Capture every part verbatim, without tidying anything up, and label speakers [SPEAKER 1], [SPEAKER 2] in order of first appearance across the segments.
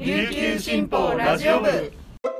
[SPEAKER 1] 琉球新報ラジオ部。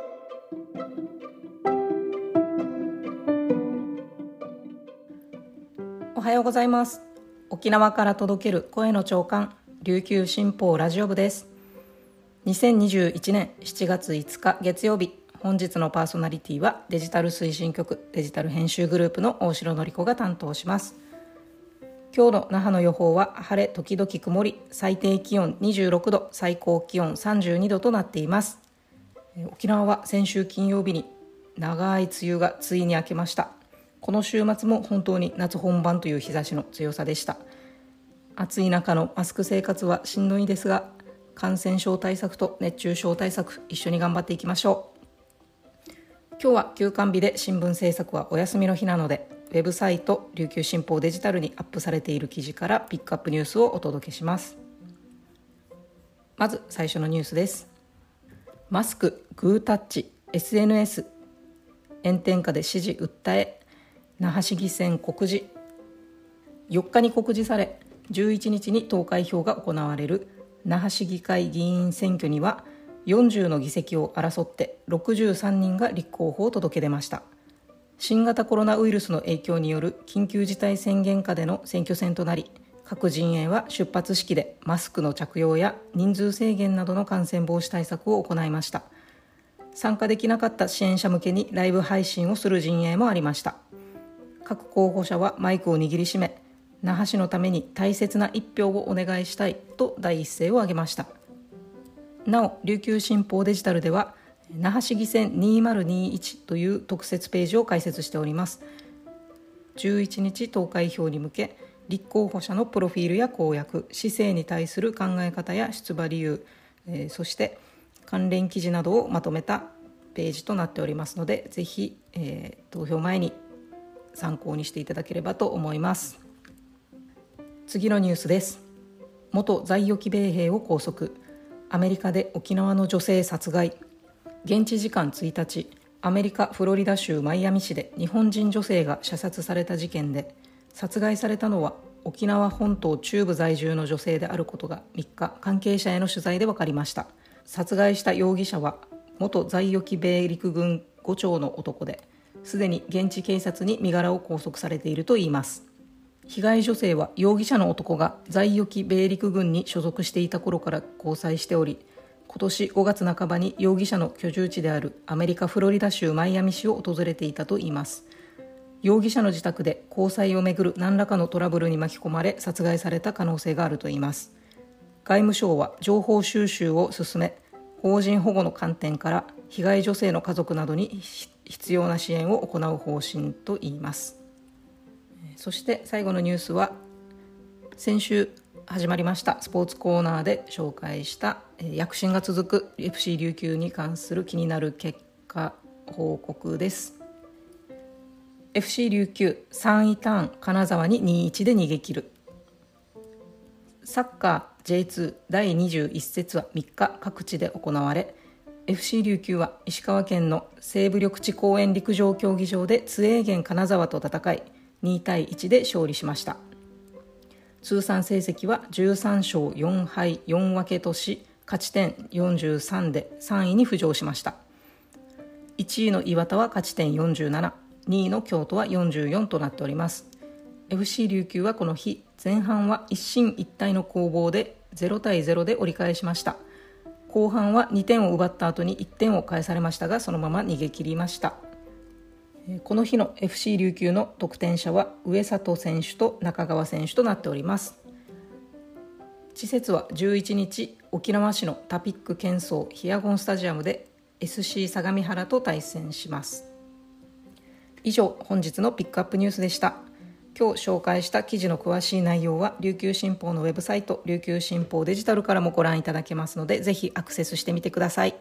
[SPEAKER 2] おはようございます。沖縄から届ける声の朝刊、琉球新報ラジオ部です。にせんにじゅういちねんしちがついつか月曜日、本日のパーソナリティはデジタル推進局デジタル編集グループの大城典子が担当します。今日の那覇の予報は晴れ時々曇り、最低気温にじゅうろくど、最高気温さんじゅうにどとなっています。沖縄は先週金曜日に長い梅雨がついに明けました。この週末も本当に夏本番という日差しの強さでした。暑い中のマスク生活はしんどいですが、感染症対策と熱中症対策一緒に頑張っていきましょう。今日は休館日で新聞制作はお休みの日なので、ウェブサイト琉球新報デジタルにアップされている記事からピックアップニュースをお届けします。まず最初のニュースです。マスク、グータッチ、エスエヌエス、炎天下で支持訴え、那覇市議選告示。よっかに告示され、じゅういちにちに投開票が行われる那覇市議会議員選挙にはよんじゅうの議席を争ってろくじゅうさんにんが立候補を届け出ました。新型コロナウイルスの影響による緊急事態宣言下での選挙戦となり、各陣営は出発式でマスクの着用や人数制限などの感染防止対策を行いました。参加できなかった支援者向けにライブ配信をする陣営もありました。各候補者はマイクを握りしめ、那覇市のために大切な一票をお願いしたいと第一声を挙げました。なお、琉球新報デジタルでは那覇市議選にせんにじゅういちという特設ページを開設しております。じゅういちにち投開票に向け、立候補者のプロフィールや公約、市政に対する考え方や出馬理由、えー、そして関連記事などをまとめたページとなっておりますので、ぜひ、えー、投票前に参考にしていただければと思います。次のニュースです。元在沖米兵を拘束、アメリカで沖縄の女性殺害。現地時間ついたち、アメリカ・フロリダ州マイアミ市で日本人女性が射殺された事件で、殺害されたのは沖縄本島中部在住の女性であることがみっか、関係者への取材で分かりました。殺害した容疑者は元在沖米陸軍ご長の男で、すでに現地警察に身柄を拘束されているといいます。被害女性は容疑者の男が在沖米陸軍に所属していた頃から交際しており、今年ごがつなかばに容疑者の居住地であるアメリカ・フロリダ州マイアミ市を訪れていたといいます。容疑者の自宅で交際をめぐる何らかのトラブルに巻き込まれ殺害された可能性があるといいます。外務省は情報収集を進め、邦人保護の観点から被害女性の家族などに必要な支援を行う方針といいます。そして最後のニュースは、先週始まりましたスポーツコーナーで紹介した躍進が続く エフシー 琉球に関する気になる結果報告です。 エフシー 琉球さんいターン金沢に にたいいち で逃げ切る。サッカー ジェイツー だいにじゅういっ節はみっか各地で行われ、 エフシー 琉球は石川県の西部緑地公園陸上競技場で津英源金沢と戦いにたいいちで勝利しました。通算成績はじゅうさんしょうよんはいよん分けとし、勝ち点よんじゅうさんでさんいに浮上しました。いちいの岩田は勝ち点よんじゅうなな、にいの京都はよんじゅうよんとなっております。 エフシー 琉球はこの日、前半は一進一退の攻防でゼロたいゼロで折り返しました。後半はにてんを奪った後にいってんを返されましたが、そのまま逃げ切りました。この日の エフシー 琉球の得点者は上里選手と中川選手となっております。次節はじゅういちにち、沖縄市のタピック県騒ヒアゴンスタジアムで エスシー 相模原と対戦します。以上、本日のピックアップニュースでした。今日紹介した記事の詳しい内容は琉球新報のウェブサイト琉球新報デジタルからもご覧いただけますので、ぜひアクセスしてみてください。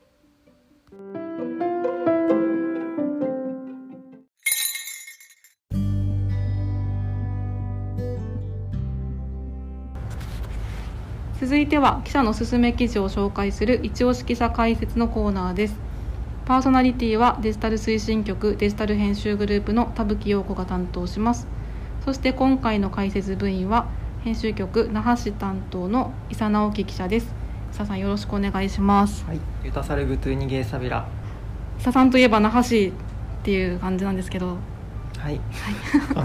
[SPEAKER 3] 続いては記者のすすめ記事を紹介する一押し記者解説のコーナーです。パーソナリティはデジタル推進局デジタル編集グループの田吹陽子が担当します。そして今回の解説部員は編集局那覇市担当の伊佐直樹記者です。 久さんよろしくお願いします。
[SPEAKER 4] はい、ユタサルグトゥニゲーサビラ。
[SPEAKER 3] 久さんといえば那覇市っていう感じなんですけど、
[SPEAKER 4] はい、はい、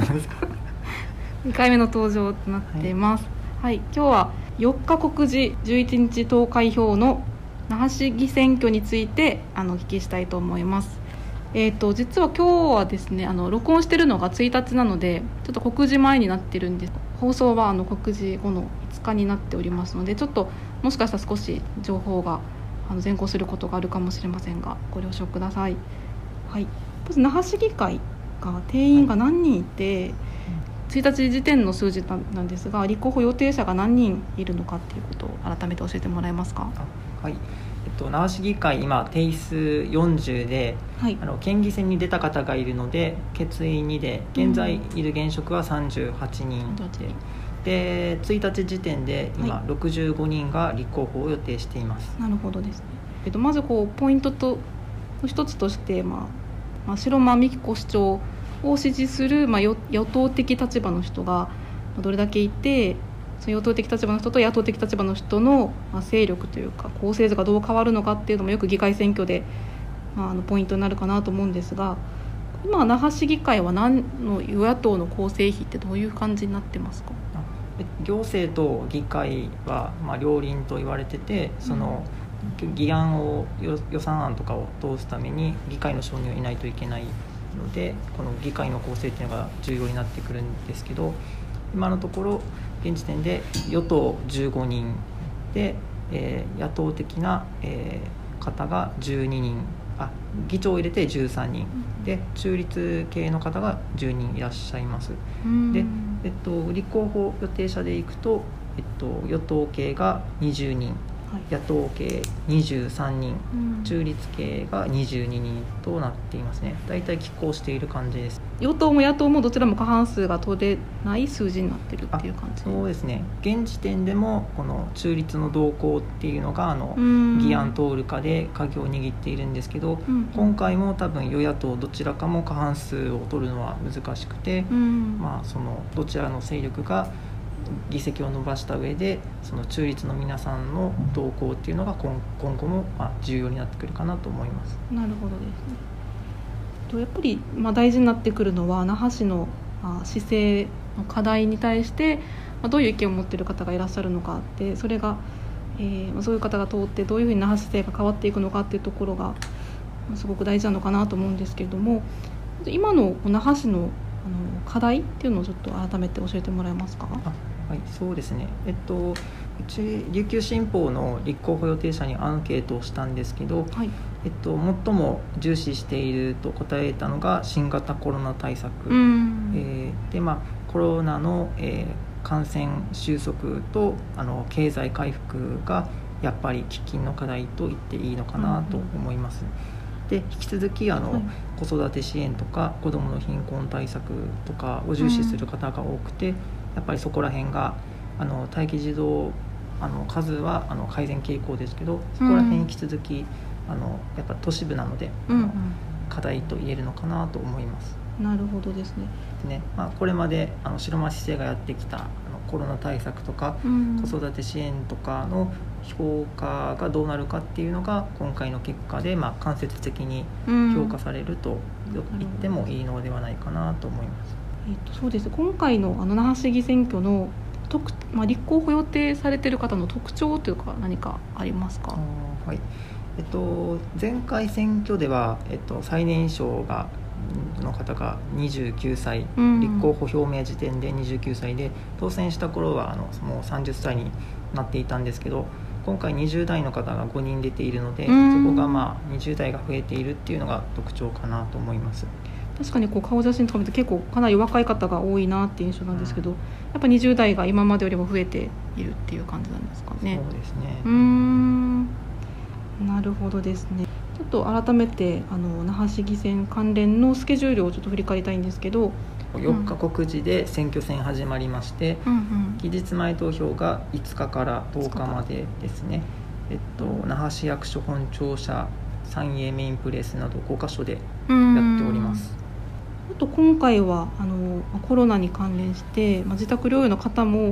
[SPEAKER 3] にかいめの登場となっています。はい、はい、今日はよっか告示じゅういちにち投開票の那覇市議選挙についてあのお聞きしたいと思います。えーと、実は今日はですね、あの録音しているのがついたちなのでちょっと告示前になってるんです。放送はあの告示後のいつかになっておりますので、ちょっともしかしたら少し情報があの前後することがあるかもしれませんがご了承ください。はい、まず那覇市議会が定員が何人いて、はい、ついたち時点の数字なんですが、立候補予定者が何人いるのかということを改めて教えてもらえますか。
[SPEAKER 4] はい、えっと、那覇市議会今定数よんじゅうで、はい、あの県議選に出た方がいるので欠員にで現在いる現職はさんじゅうはちにんで、うん、でついたち時点で今ろくじゅうごにんが立候補を予定しています。
[SPEAKER 3] なるほどですね。えっと、まずこうポイントと一つとして、まあまあ、白間美紀子市長を支持する、まあ、与党的立場の人がどれだけいて、その与党的立場の人と野党的立場の人の勢力というか構成図がどう変わるのかっていうのもよく議会選挙で、まあ、あのポイントになるかなと思うんですが、今那覇市議会は何の与野党の構成比ってどういう感じになってますか。
[SPEAKER 4] 行政と議会は、まあ、両輪と言われてて、その、うん、議案を予算案とかを通すために議会の承認を得ないといけないので、この議会の構成っていうのが重要になってくるんですけど、今のところ現時点で与党じゅうごにんで、えー、野党的な、えー、方がじゅうににん、あ議長を入れてじゅうさんにんで、中立系の方がじゅうにんいらっしゃいます。で、えっと、立候補予定者でいくと、えっと、与党系がにじゅうにん、はい、野党系にじゅうさんにん、中立系がにじゅうににんとなっていますね。だいたい拮抗している感じです。
[SPEAKER 3] 与党も野党もどちらも過半数が取れない数字になってるっていう感じ。
[SPEAKER 4] そうですね。現時点でもこの中立の動向っていうのがあの議案通るかで鍵を握っているんですけど、うん、今回も多分与野党どちらかも過半数を取るのは難しくて、うん、まあそのどちらの勢力が議席を伸ばした上でその中立の皆さんの動向っていうのが 今, 今後もまあ重要になってくるかなと思います。
[SPEAKER 3] なるほどですね。やっぱりまあ大事になってくるのは那覇市の市政の課題に対してどういう意見を持っている方がいらっしゃるのかって、それが、えー、そういう方が通ってどういうふうに那覇市政が変わっていくのかっていうところがすごく大事なのかなと思うんですけれども、今の那覇市のあの課題っていうのをちょっと改めて教えてもらえますか。
[SPEAKER 4] はい、そうですね。えっとうち琉球新報の立候補予定者にアンケートをしたんですけど、はい、えっと、最も重視していると答えたのが新型コロナ対策、えー、で、まあ、コロナの、えー、感染収束とあの経済回復がやっぱり喫緊の課題と言っていいのかなと思います。で、引き続きあの、はい、子育て支援とか子どもの貧困対策とかを重視する方が多くて、やっぱりそこら辺があの待機児童あの数はあの改善傾向ですけど、そこら辺引き続き、うん、あのやっぱ都市部なので、うんうん、課題と言えるのかなと思います。
[SPEAKER 3] なるほどですね。
[SPEAKER 4] ね、まあ、これまであの白間市政がやってきたあのコロナ対策とか、うん、子育て支援とかの評価がどうなるかっていうのが今回の結果で、まあ、間接的に評価されると言ってもいいのではないかなと思います。
[SPEAKER 3] えー、とそうです。今回のあの那覇市議選挙の特、まあ、立候補予定されている方の特徴というか何かありますか。
[SPEAKER 4] あ、はい、えっと、前回選挙では、えっと、最年少がの方がにじゅうきゅうさい、うん、立候補表明時点でにじゅうきゅうさいで、当選した頃はあのもうさんじゅっさいになっていたんですけど、今回にじゅう代の方がごにん出ているので、うん、そこがまあにじゅう代が増えているっていうのが特徴かなと思います。
[SPEAKER 3] 確かにこう顔写真とか見て結構かなり若い方が多いなっていう印象なんですけど、うん、やっぱにじゅう代が今までよりも増えているっていう感じなんですかね。
[SPEAKER 4] そうですね。
[SPEAKER 3] うーん、なるほどですね。ちょっと改めてあの那覇市議選関連のスケジュールをちょっと振り返りたいんですけど、
[SPEAKER 4] よっか告示で選挙戦始まりまして、うんうん、期日前投票がいつかからとおかまでですね。えっと、那覇市役所本庁舎、三栄メインプレイスなどごかしょでやっております。
[SPEAKER 3] あと今回はあのコロナに関連して、まあ、自宅療養の方も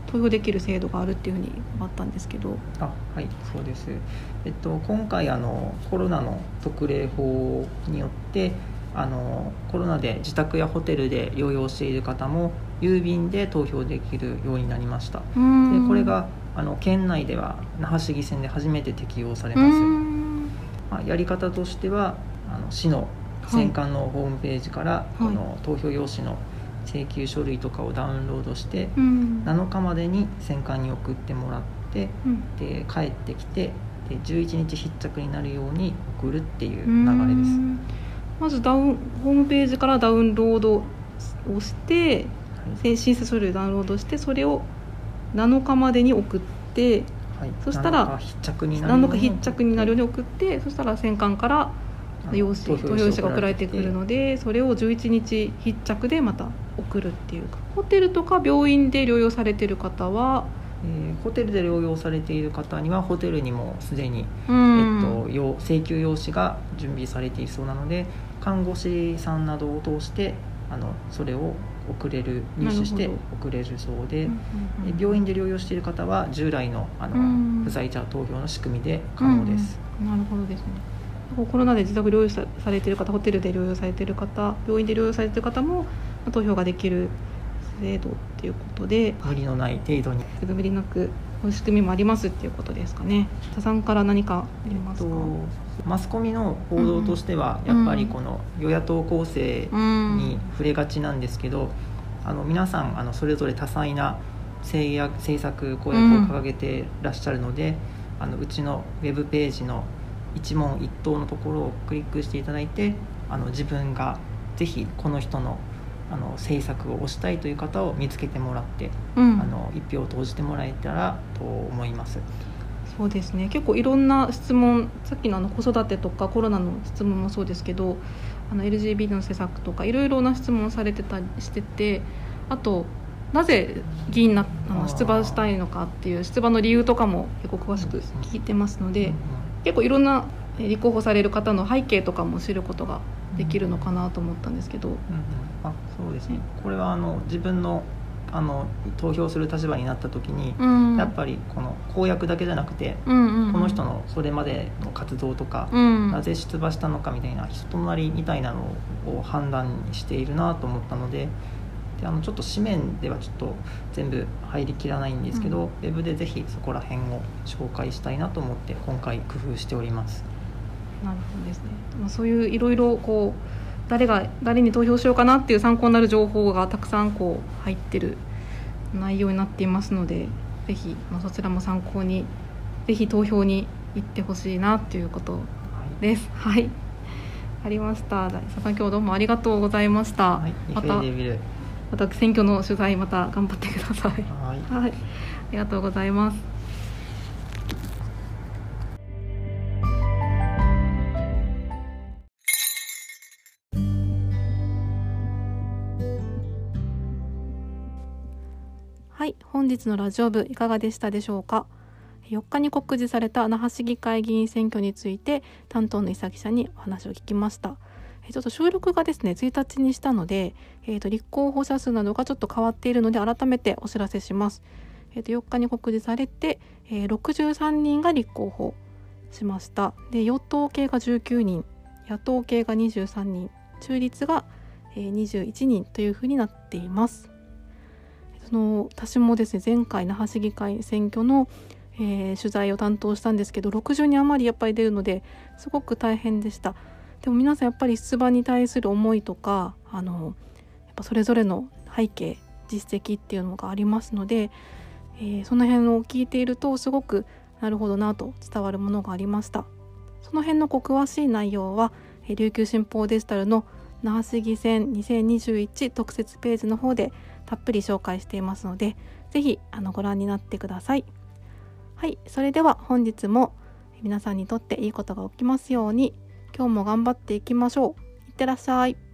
[SPEAKER 3] 投票できる制度があるっていうふうにあったんですけど。
[SPEAKER 4] あ、はい、そうです。えっと、今回あのコロナの特例法によってあのコロナで自宅やホテルで療養している方も郵便で投票できるようになりました。でこれがあの県内では那覇市議選で初めて適用されます。まあ、やり方としてはあの市の選管のホームページから、はい、この投票用紙の請求書類とかをダウンロードして、うん、なのかまでに選管に送ってもらって、うん、で帰ってきてでじゅういちにち必着になるように送るっていう流れです。
[SPEAKER 3] まずダウンホームページからダウンロードをして、はい、申請書類をダウンロードしてそれをなのかまでに送って、はい、そしたら
[SPEAKER 4] なのか必着にな
[SPEAKER 3] るように送ってそしたら選管から用紙投票用紙が送られてくるのでそれをじゅういちにち必着でまた送るっていうか。ホテルとか病院で療養されている方は、
[SPEAKER 4] えー、ホテルで療養されている方にはホテルにもすでに、えっと、用請求用紙が準備されていそうなので看護師さんなどを通してあのそれを送れる入手して送れるそうで、うんうんうん、病院で療養している方は従来の、あの、うん、不在者投票の仕組みで可能です、
[SPEAKER 3] うんうん、なるほどですね。コロナで自宅療養されている方ホテルで療養されている方病院で療養されている方も投票ができる制度ということで
[SPEAKER 4] 無理のない程度に
[SPEAKER 3] 無理なくこういう仕組みもありますっていうことですかね。田さんから何かありますか？えっ
[SPEAKER 4] と、マスコミの報道としては、うん、やっぱりこの与野党構成に触れがちなんですけど、うん、あの皆さんあのそれぞれ多彩な政約政策公約を掲げてらっしゃるので、うん、あのうちのウェブページの一問一答のところをクリックしていただいてあの自分がぜひこの人のあの政策を推したいという方を見つけてもらって、うん、あの一票を投じてもらえたらと思います。
[SPEAKER 3] そうですね。結構いろんな質問さっきのあの子育てとかコロナの質問もそうですけどあの エルジービーティー の施策とかいろいろな質問されてたりしててあとなぜ議員なあの出馬したいのかっていう出馬の理由とかも結構詳しく聞いてますので、結構いろんな立候補される方の背景とかも知ることができるのかなと思ったんですけど、うんうん、
[SPEAKER 4] あそうですね。これはあの自分のあの投票する立場になった時に、うん、やっぱりこの公約だけじゃなくて、うんうんうん、この人のそれまでの活動とか、うん、なぜ出馬したのかみたいな人となりみたいなのを判断しているなと思ったので、であのちょっと紙面ではちょっと全部入りきらないんですけど、うん、ウェブでぜひそこら辺を紹介したいなと思って今回工夫しております。
[SPEAKER 3] なるほどですね。そういういろいろこう誰が誰に投票しようかなっていう参考になる情報がたくさんこう入ってる内容になっていますので、ぜひそちらも参考にぜひ投票に行ってほしいなということです。はい、はい、ありました。佐々木今日どうもありがとうございました。はい、またまた選挙の取材また頑張ってください。はい、はい、ありがとうございます。はい、本日のラジオ部いかがでしたでしょうか。よっかに告示された那覇市議会議員選挙について担当の伊佐記者にお話を聞きました。ちょっと収録がですねついたちにしたので、えー、と立候補者数などがちょっと変わっているので改めてお知らせします。えー、とよっかに告示されて、えー、ろくじゅうさんにんが立候補しました。で与党系がじゅうきゅうにん、野党系がにじゅうさんにん、中立がにじゅういちにんというふうになっています。その私もですね前回那覇市議会選挙の、えー、取材を担当したんですけどろくじゅうにん余りやっぱり出るのですごく大変でした。でも皆さんやっぱり出馬に対する思いとかあのやっぱそれぞれの背景実績っていうのがありますので、えー、その辺を聞いているとすごくなるほどなと伝わるものがありました。その辺のこう詳しい内容は、えー、琉球新報デジタルの那覇市議選にせんにじゅういち特設ページの方でたっぷり紹介していますのでぜひあのご覧になってください。はい、それでは本日も皆さんにとっていいことが起きますように今日も頑張っていきましょう。いってらっしゃい。